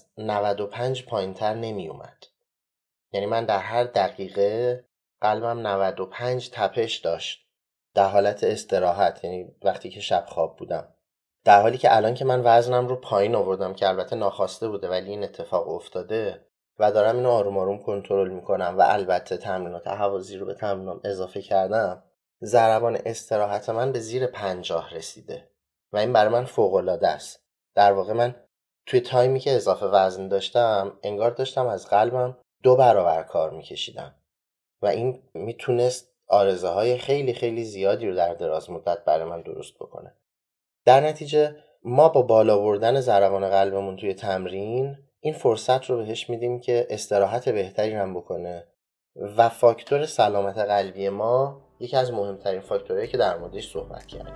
95 پایینتر نمی اومد. یعنی من در هر دقیقه قلبم 95 تپش داشت در حالت استراحت، یعنی وقتی که شب خواب بودم. در حالی که الان که من وزنم رو پایین آوردم که البته ناخواسته بوده ولی این اتفاق افتاده و دارم اینو آروم آروم کنترل میکنم و البته تمرینات هوازی رو به تمرینام اضافه کردم، ضربان استراحت من به زیر 50 رسیده و این برای من فوق العاده است. در واقع من توی تایمی که اضافه وزن داشتم انگار داشتم از قلبم 2 برابر کار میکشیدم و این میتونست آرزه های خیلی خیلی زیادی رو در دراز مدت برای من درست بکنه. در نتیجه ما با بالا بردن ضربان قلبمون توی تمرین این فرصت رو بهش میدیم که استراحت بهتری هم بکنه و فاکتور سلامت قلبی ما یکی از مهمترین فاکتورهایی که در موردش صحبت کردیم.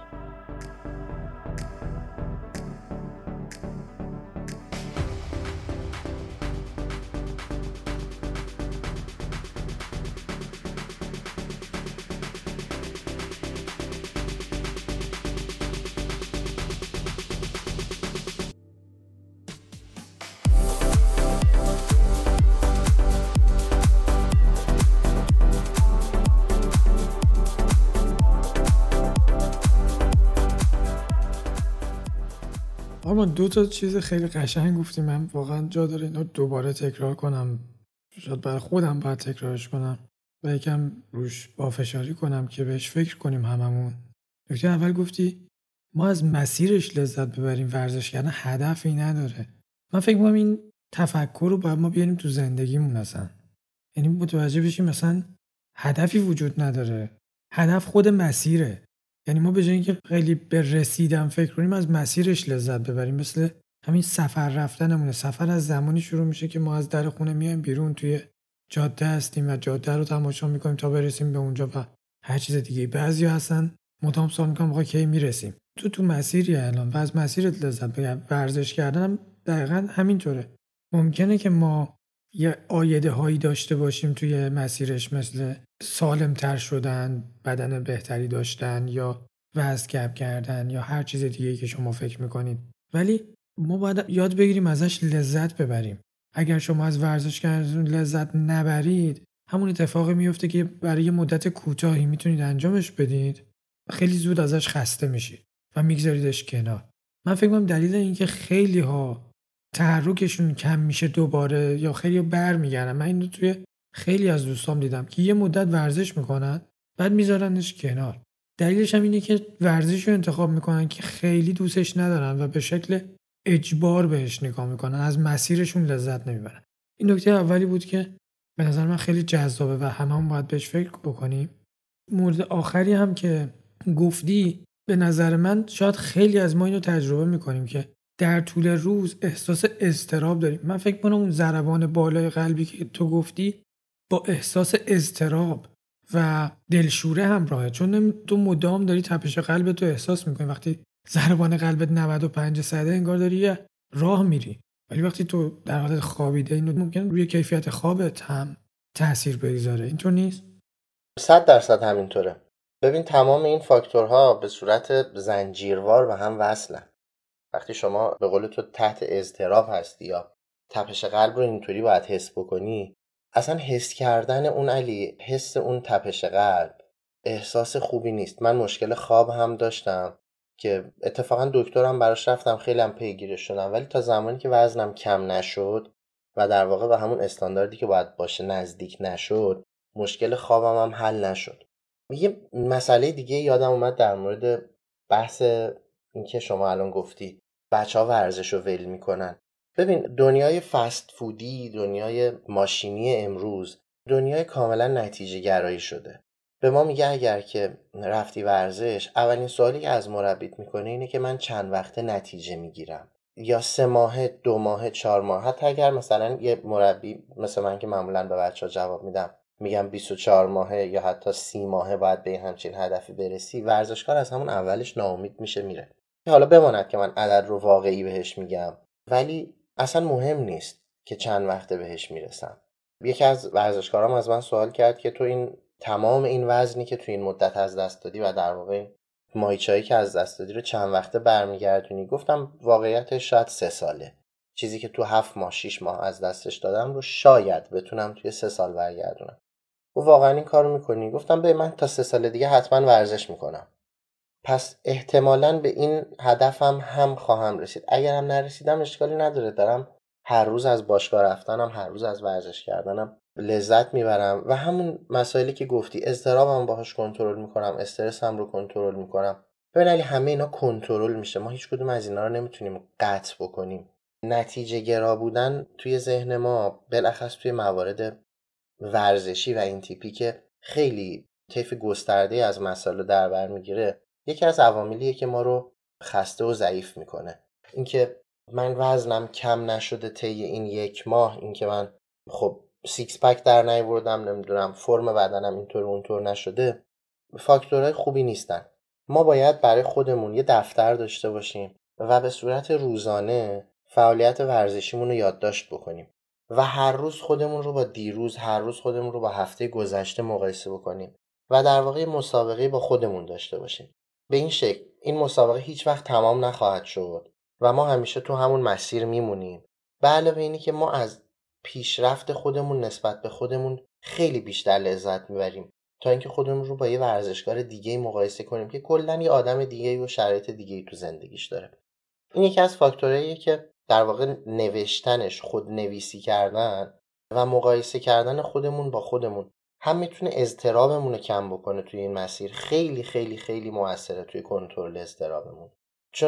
آرمان 2 تا چیز خیلی قشنگ گفتی، من واقعا جا داره اینو دوباره تکرار کنم. شاید برای خودم باید تکرارش کنم و یکم روش پافشاری کنم که بهش فکر کنیم هممون. نکته اول گفتی ما از مسیرش لذت ببریم، ورزش کردن هدفی نداره. من فکر می‌کنم این تفکر رو باید ما بیاریم تو زندگیمون اصلا. یعنی متوجه بشیم مثلا هدفی وجود نداره، هدف خود مسیره. یعنی ما به جای اینکه خیلی به رسیدن فکر کنیم از مسیرش لذت ببریم. مثل همین سفر رفتنمونه. سفر از زمانی شروع میشه که ما از در خونه میایم بیرون، توی جاده هستیم و جاده رو تماشا میکنیم تا برسیم به اونجا و هر چیز دیگه. بعضیا هستن مدام سوال میکنن آقا کی میرسیم؟ تو مسیری الان و از مسیرت لذت ببر. ورزش کردن هم دقیقاً همینطوره. ممکنه که ما یه آیده هایی داشته باشیم توی مسیرش، مثل سالمتر شدن، بدن بهتری داشتن یا وزن کم کردن یا هر چیز دیگه‌ای که شما فکر میکنید، ولی ما باید یاد بگیریم ازش لذت ببریم. اگر شما از ورزش کردن لذت نبرید، همون اتفاقی میفته که برای یه مدت کوتاهی میتونید انجامش بدید، خیلی زود ازش خسته میشید و میگذاریدش کنار. من فکر کنم دلیل اینکه خیلی ها تحرکشون کم میشه دوباره یا خیلی برمیگردن، من اینو توی خیلی از دوستام دیدم که یه مدت ورزش میکنن بعد میذارنش کنار. دلیلش هم اینه که ورزش رو انتخاب میکنن که خیلی دوستش ندارن و به شکل اجبار بهش نگاه میکنن، از مسیرشون لذت نمیبرن. این نکته اولی بود که به نظر من خیلی جذابه و هممون باید بهش فکر بکنیم. مورد آخری هم که گفتی، به نظر من شاید خیلی از ما اینو تجربه میکنیم که در طول روز احساس اضطراب داریم. من فکر کنم اون ضربان بالای قلبی که تو گفتی با احساس اضطراب و دلشوره همراهه، چون تو مدام داری تپش قلبت رو احساس میکنی. وقتی ضربان قلبت 95 صده انگار داری یه راه میری، ولی وقتی تو در حالت خوابیده اینو ممکن روی کیفیت خوابت هم تأثیر بگذاره. اینطور نیست؟ 100% همینطوره. ببین تمام این فاکتورها به صورت زنجیروار و هم وصلن. وقتی شما به قول تو تحت اضطراب هستی یا تپش قلب رو اینطوری باید حس بکنی، اصلا حس کردن اون حس اون تپش قلب احساس خوبی نیست. من مشکل خواب هم داشتم که اتفاقا دکترم براش رفتم، خیلی هم پیگیرش شدم، ولی تا زمانی که وزنم کم نشد و در واقع به همون استانداردی که باید باشه نزدیک نشد، مشکل خوابم هم حل نشد. یه مسئله دیگه یادم اومد در مورد بحث این که شما الان گفتی بچه‌ها ورزش رو ول میکنن. ببین دنیای فست فودی، دنیای ماشینی امروز دنیای کاملا نتیجه گرایی شده. به ما میگه اگر که رفتی ورزش، اولین سوالی که از مربیت میکنه اینه که من چند وقته نتیجه میگیرم، یا 3 ماه، 2 ماه، 4 ماه. حتی اگر مثلا یه مربی مثل من که معمولا به بچه‌ها جواب میدم میگم 24 ماهه یا حتی 30 ماهه باید به همچین هدفی برسی، ورزشکار از همون اولش ناامید میشه میره. حالا بماند که من عدد رو واقعی بهش میگم، ولی اصلا مهم نیست که چند وقته بهش میرسم. یکی از ورزشکارام از من سوال کرد که تو این تمام این وزنی که تو این مدت از دست دادی و در واقع این مایچایی که از دست دادی رو چند وقته برمیگردونی؟ گفتم واقعیتش شاید 3 ساله. چیزی که تو 7 ماه 6 ماه از دستش دادم رو شاید بتونم توی 3 سال برگردونم. و واقعا این کارو میکنی؟ گفتم به من تا 3 سال دیگه حتما ورزش میکنم، پس احتمالاً به این هدفم هم خواهم رسید. اگر هم نرسیدم اشکالی نداره، دارم هر روز از باشگاه رفتنم، هر روز از ورزش کردنم لذت میبرم و همون مسائلی که گفتی، اضطرابم باهاش کنترل میکنم، استرسم رو کنترل میکنم. ببین علی همه اینا کنترل میشه، ما هیچ کدوم از اینا رو نمیتونیم قطع بکنیم. نتیجه گرا بودن توی ذهن ما بالاخص توی موارد ورزشی و این تیپی که خیلی طیف گسترده از مسائل در بر میگیره، یکی از عواملیه که ما رو خسته و ضعیف میکنه. اینکه من وزنم کم نشده طی این 1 ماه، اینکه من خب سیکس پک در نیاوردم، نمیدونم فرم بدنم اینطور اونطور نشده، فاکتورهای خوبی نیستن. ما باید برای خودمون یه دفتر داشته باشیم و به صورت روزانه فعالیت ورزشیمون رو یادداشت بکنیم و هر روز خودمون رو با دیروز، هر روز خودمون رو با هفته گذشته مقایسه بکنیم و در واقع مسابقه با خودمون داشته باشیم. به این شکل این مسابقه هیچ وقت تمام نخواهد شد و ما همیشه تو همون مسیر میمونیم. به علاوه اینی که ما از پیشرفت خودمون نسبت به خودمون خیلی بیشتر لذت میبریم تا اینکه خودمون رو با یه ورزشکار دیگه مقایسه کنیم که کلاً یه آدم دیگه و شرایط دیگه تو زندگیش داره. این یکی از فاکتورهاییه که در واقع نوشتنش، خودنویسی کردن و مقایسه کردن خودمون با خودمون هم میتونه اضطرابمون رو کم بکنه توی این مسیر. خیلی خیلی خیلی موثره توی کنترل اضطرابمون، چون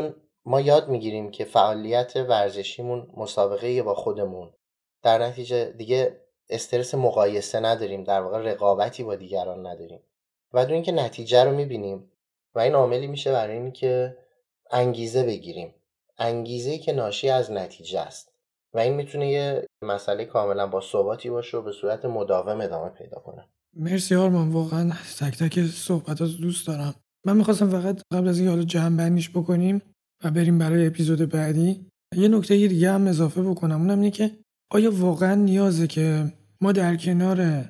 ما یاد میگیریم که فعالیت ورزشیمون مسابقه با خودمون، در نتیجه دیگه استرس مقایسه نداریم، در واقع رقابتی با دیگران نداریم و دو اینکه نتیجه رو میبینیم و این عاملی میشه برای این که انگیزه بگیریم، انگیزه‌ای که ناشی از نتیجه است و این میتونه یه مسئله کاملا با ثباتی باشه و به صورت مداوم ادامه پیدا کنه. مرسی آرمان، واقعا تک تک صحبتات دوست دارم. من میخواستم فقط قبل از اینکه حالا جمع بندیش بکنیم و بریم برای اپیزود بعدی یه نکته دیگه هم اضافه بکنم، اونم اینه که آیا واقعا نیازه که ما در کنار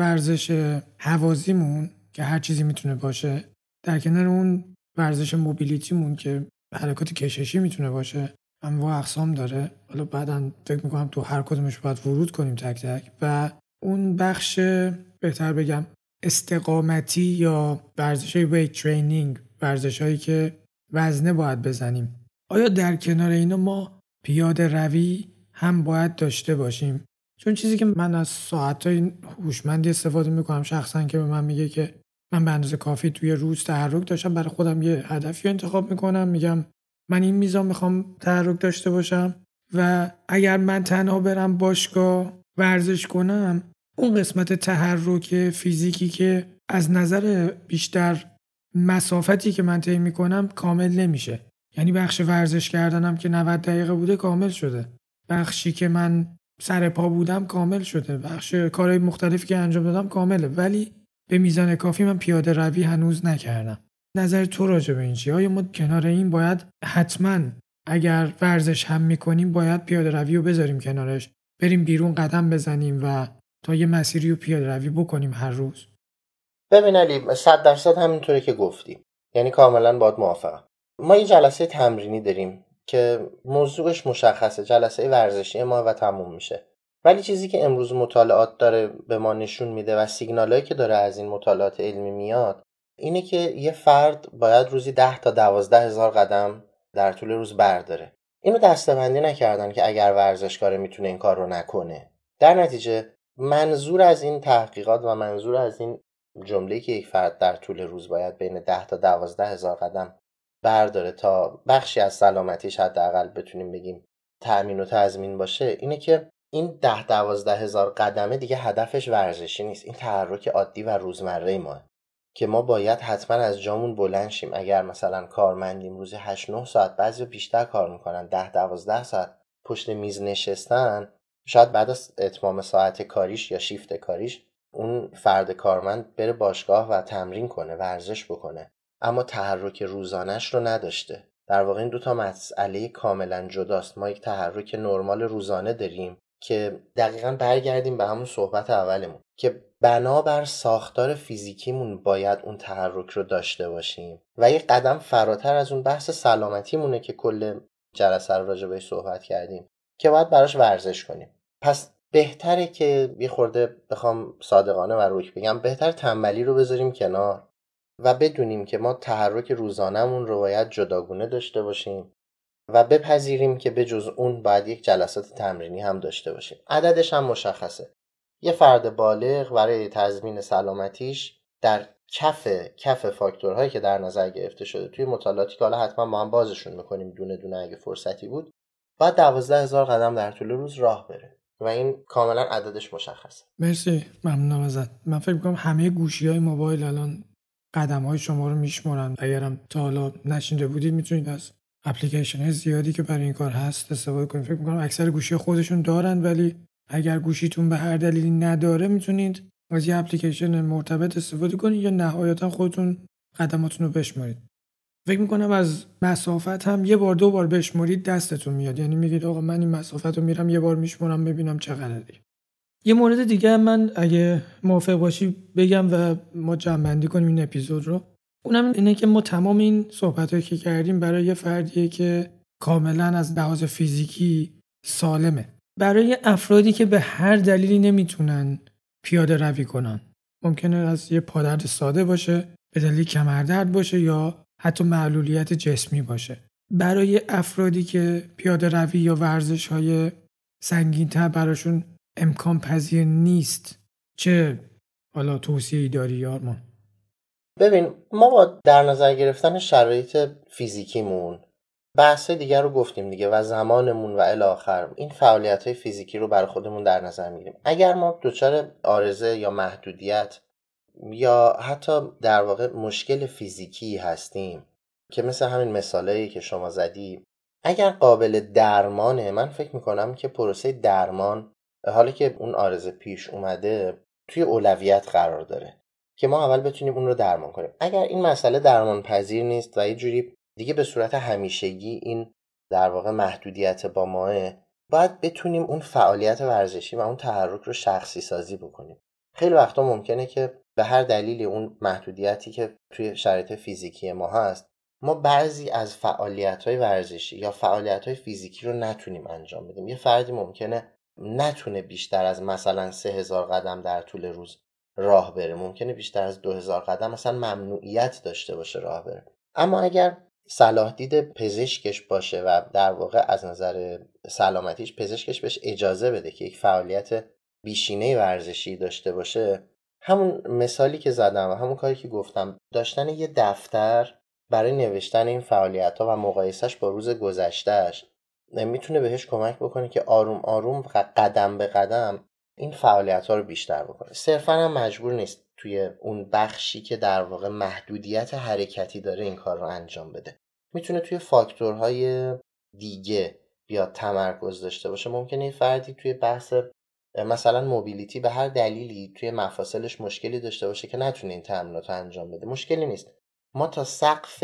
ورزش هوازیمون که هر چیزی میتونه باشه، در کنار اون ورزش موبیلیتیمون که حرکات کششی میتونه باشه، انواع اقسام داره، حالا بعداً فکر میکنم تو هر کدومش باید ورود کنیم تک تک، و اون بخش بهتر بگم استقامتی یا ورزش‌های ویت ترینینگ، ورزش‌هایی که وزنه باید بزنیم، آیا در کنار اینا ما پیاده روی هم باید داشته باشیم؟ چون چیزی که من از ساعت‌های هوشمندی استفاده میکنم شخصا که به من میگه که من به اندازه کافی توی روز تحرک داشتم، برای خودم یه هدفی انتخاب میکنم، میگم من این میزان میخوام تحرک داشته باشم و اگر من تنها برم باشگاه ورزش کنم، اون قسمت تحرک فیزیکی که از نظر بیشتر مسافتی که من طی میکنم کامل نمیشه. یعنی بخش ورزش کردنم که 90 دقیقه بوده کامل شده، بخشی که من سر پا بودم کامل شده، بخش کارهای مختلفی که انجام دادم کامله، ولی به میزان کافی من پیاده روی هنوز نکردم. نظر تو راجع به این چیه؟ آیا ما کنار این باید حتما اگر ورزش هم میکنیم باید پیاده روی رو بذاریم کنارش، بریم بیرون قدم بزنیم و تا یه مسیری رو پیاده روی بکنیم هر روز؟ ببین علی، 100% همینطوری که گفتی، یعنی کاملا باهات موافقم. ما یه جلسه تمرینی داریم که موضوعش مشخصه، جلسه ورزشی ما و تموم میشه، ولی چیزی که امروز مطالعات داره به ما نشون میده و سیگنالایی که داره از این مطالعات علمی میاد اینه که یه فرد باید روزی 10 تا 12 هزار قدم در طول روز برداره. اینو دسته‌بندی نکردن که اگر ورزشکار میتونه این کار رو نکنه. در نتیجه منظور از این تحقیقات و منظور از این جمله‌ای که یک فرد در طول روز باید بین 10 تا 12 هزار قدم برداره تا بخشی از سلامتیش حداقل بتونیم بگیم تأمین و تضمین باشه، اینه که این 10-12 هزار قدمه دیگه هدفش ورزشی نیست، این تحرک عادی و روزمره ماه که ما باید حتما از جامون بلند شیم. اگر مثلا کارمندیم روزی 8-9 ساعت، بعضی بیشتر کار میکنن 10-12 ساعت پشت میز نشستن، شاید بعد از اتمام ساعت کاریش یا شیفت کاریش اون فرد کارمند بره باشگاه و تمرین کنه، ورزش بکنه، اما تحرک روزانش رو نداشته. در واقع این دوتا مسئله کاملا جداست. ما یک تحرک نرمال روزانه داریم که دقیقاً برگردیم به همون صحبت اولمون که بنابر ساختار فیزیکیمون باید اون تحرک رو داشته باشیم و یک قدم فراتر از اون بحث سلامتیمونه که کل جلسه رو راجع بهش صحبت کردیم که باید براش ورزش کنیم. پس بهتره که یه خورده بخوام صادقانه و روک بگم، بهتر تنبلی رو بذاریم کنار و بدونیم که ما تحرک روزانمون رو باید جداگونه داشته باشیم و بپذیریم که به جز اون باید یک جلسات تمرینی هم داشته باشیم. عددش هم مشخصه. یه فرد بالغ برای تضمین سلامتیش در کف فاکتورهایی که در نظر گرفته شده توی مطالعاتی که حالا حتما ما هم بازشون میکنیم دونه دونه اگه فرصتی بود، باید 12 هزار قدم در طول روز راه بره و این کاملا عددش مشخصه. مرسی، ممنونم ازت. من فکر میکنم همه گوشی‌های موبایل الان قدم‌های شما رو میشمرن. اگرم تا حالا نشینده بودید میتونید از اپلیکیشن‌های زیادی که برای این کار هست استفاده کنید. فکر میکنم اکثر گوشی خودشون دارن، ولی اگر گوشیتون به هر دلیلی نداره میتونید از یه اپلیکیشن مرتبط استفاده کنید یا نهایتا خودتون قدماتون رو بشمارید. فکر میکنم از مسافت هم یه بار دو بار بشمارید دستتون میاد، یعنی میگید آقا من این مسافت رو میرم یه بار میشمارم ببینم چقدره دیگه. یه مورد دیگه من اگه موافق باشی بگم و ما جمع‌بندی کنیم این اپیزود رو، اونم اینه که ما تمام این صحبتایی که کردیم برای یه فردیه که کاملا از لحاظ فیزیکی سالمه. برای افرادی که به هر دلیلی نمیتونن پیاده روی کنن، ممکنه از یه پادرد ساده باشه، به دلیل کمردرد باشه یا حتی معلولیت جسمی باشه. برای افرادی که پیاده روی یا ورزش‌های سنگین‌تر براشون امکان پذیر نیست، چه حالا توصیه‌ای داری آرمان؟ ببین، ما با در نظر گرفتن شرایط فیزیکیمون بحث دیگر رو گفتیم دیگه و زمانمون و الی آخر این فعالیت‌های فیزیکی رو برای خودمون در نظر میگیریم. اگر ما دچار عارضه یا محدودیت یا حتی در واقع مشکل فیزیکی هستیم که مثل همین مثالایی که شما زدی، اگر قابل درمانه، من فکر میکنم که پروسه درمان حالا که اون عارضه پیش اومده توی اولویت قرار داره که ما اول بتونیم اون رو درمان کنیم. اگر این مسئله درمان پذیر نیست و یه جوری دیگه به صورت همیشگی این در واقع محدودیت با ماه، باید بتونیم اون فعالیت ورزشی و اون تحرک رو شخصی سازی بکنیم. خیلی وقتا ممکنه که به هر دلیلی اون محدودیتی که توی شرایط فیزیکی ما هست، ما بعضی از فعالیت‌های ورزشی یا فعالیت‌های فیزیکی رو نتونیم انجام بدیم. یه فردی ممکنه نتونه بیشتر از مثلا 3000 قدم در طول روز راه بره، ممکنه بیشتر از 2000 قدم مثلا ممنوعیت داشته باشه راه بره. اما اگر صلاح دید پزشکش باشه و در واقع از نظر سلامتیش پزشکش بهش اجازه بده که یک فعالیت بیشینه ورزشی داشته باشه، همون مثالی که زدم و همون کاری که گفتم، داشتن یه دفتر برای نوشتن این فعالیت‌ها و مقایسهش با روز گذشتهش میتونه بهش کمک بکنه که آروم آروم قدم به قدم این فعالیت‌ها رو بیشتر بکنه. صرفاً هم مجبور نیست توی اون بخشی که در واقع محدودیت حرکتی داره این کار رو انجام بده. میتونه توی فاکتورهای دیگه بیاد تمرکز داشته باشه. ممکنه یه فردی توی بحث مثلا موبیلیتی به هر دلیلی توی مفاصلش مشکلی داشته باشه که نتونه این تمرینات رو انجام بده. مشکلی نیست. ما تا سقف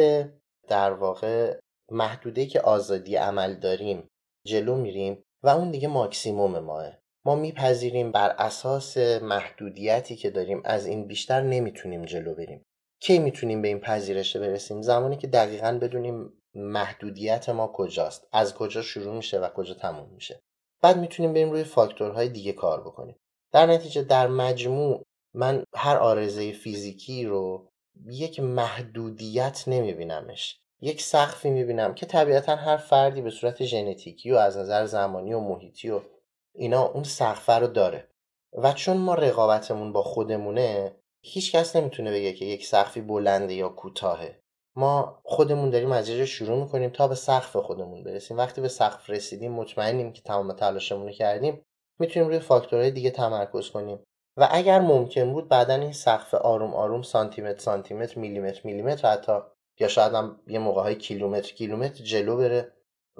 در واقع محدوده‌ای که آزادی عمل داریم جلو میریم و اون دیگه ماکسیموم ماه. ما میپذیریم بر اساس محدودیتی که داریم از این بیشتر نمیتونیم جلو بریم. کی میتونیم به این پذیرش برسیم؟ زمانی که دقیقاً بدونیم محدودیت ما کجاست، از کجا شروع میشه و کجا تموم میشه. بعد میتونیم بریم روی فاکتورهای دیگه کار بکنیم. در نتیجه در مجموع من هر عارضه فیزیکی رو یک محدودیت نمیبینمش، یک سقفی میبینم که طبیعتا هر فردی به صورت ژنتیکی و از نظر زمانی و محیطی و اینا اون سقفه رو داره و چون ما رقابتمون با خودمونه، هیچ کس نمیتونه بگه که یک سقفی بلنده یا کوتاهه. ما خودمون داریم از اینجا شروع میکنیم تا به سقف خودمون برسیم. وقتی به سقف رسیدیم مطمئنیم که تمام تلاشمون رو کردیم، میتونیم روی فاکتورهای دیگه تمرکز کنیم و اگر ممکن بود بعدن این سقف آروم آروم سانتیمتر میلیمتر حتی یا شاید هم یه موقع‌های کیلومتر جلو بره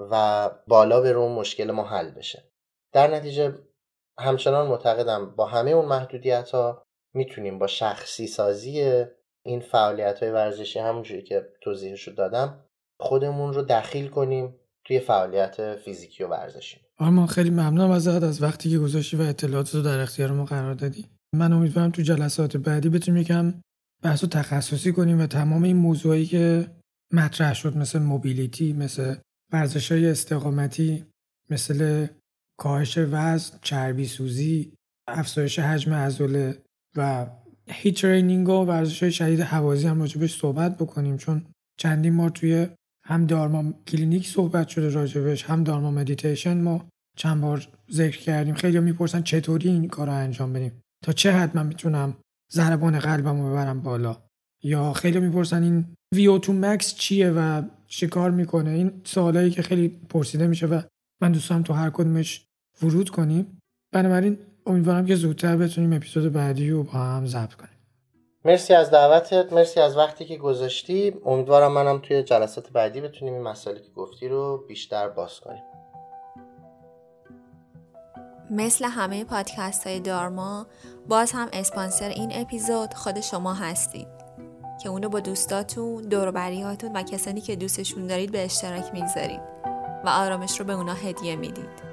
و بالا بره و مشکل ما حل بشه. در نتیجه همچنان معتقدم با همه اون محدودیت‌ها میتونیم با شخصی سازی این فعالیت‌های ورزشی همونجوری که توضیحش رو دادم خودمون رو دخیل کنیم توی فعالیت فیزیکی و ورزشی. آرمان خیلی ممنونم ازت از وقتی که گذاشتی و اطلاعات رو در اختیار ما قرار دادی. من امیدوارم تو جلسات بعدی بتونیم یکم بحث تخصصی کنیم و تمام این موضوعی که مطرح شد مثل موبیلیتی، مثل ورزش‌های استقامتی، مثل کاهش وزن، چربی سوزی، افزایش حجم عضله و هیت ترینینگ و ورزش‌های شدید هوازی هم راجبش صحبت بکنیم، چون چندین بار توی هم دارما کلینیک صحبت شده راجبش، هم دارما مدیتیشن ما چند بار ذکر کردیم. خیلی میپرسن چطوری این کار رو انجام بدیم، تا چه حد من میتونم ضربان قلبم رو ببرم بالا، یا خیلی میپرسن این VO2 max چیه و چه کار میکنه. این سوالایی که خیلی پرسیده میشه و من دوست دارم تو هر کدومش ورود کنیم. بنابراین امیدوارم که زودتر بتونیم اپیزود بعدی رو با هم ضبط کنیم. مرسی از دعوتت، مرسی از وقتی که گذاشتی. امیدوارم منم توی جلسات بعدی بتونیم این مسائلی که گفتی رو بیشتر باز کنیم. مثل همه پادکست های دارما، باز هم اسپانسر این اپیزود خود شما هستید که اونو با دوستاتون، دور و بریاتون و کسانی که دوستشون دارید به اشتراک میگذارید و آرامش رو به اونا هدیه میدید.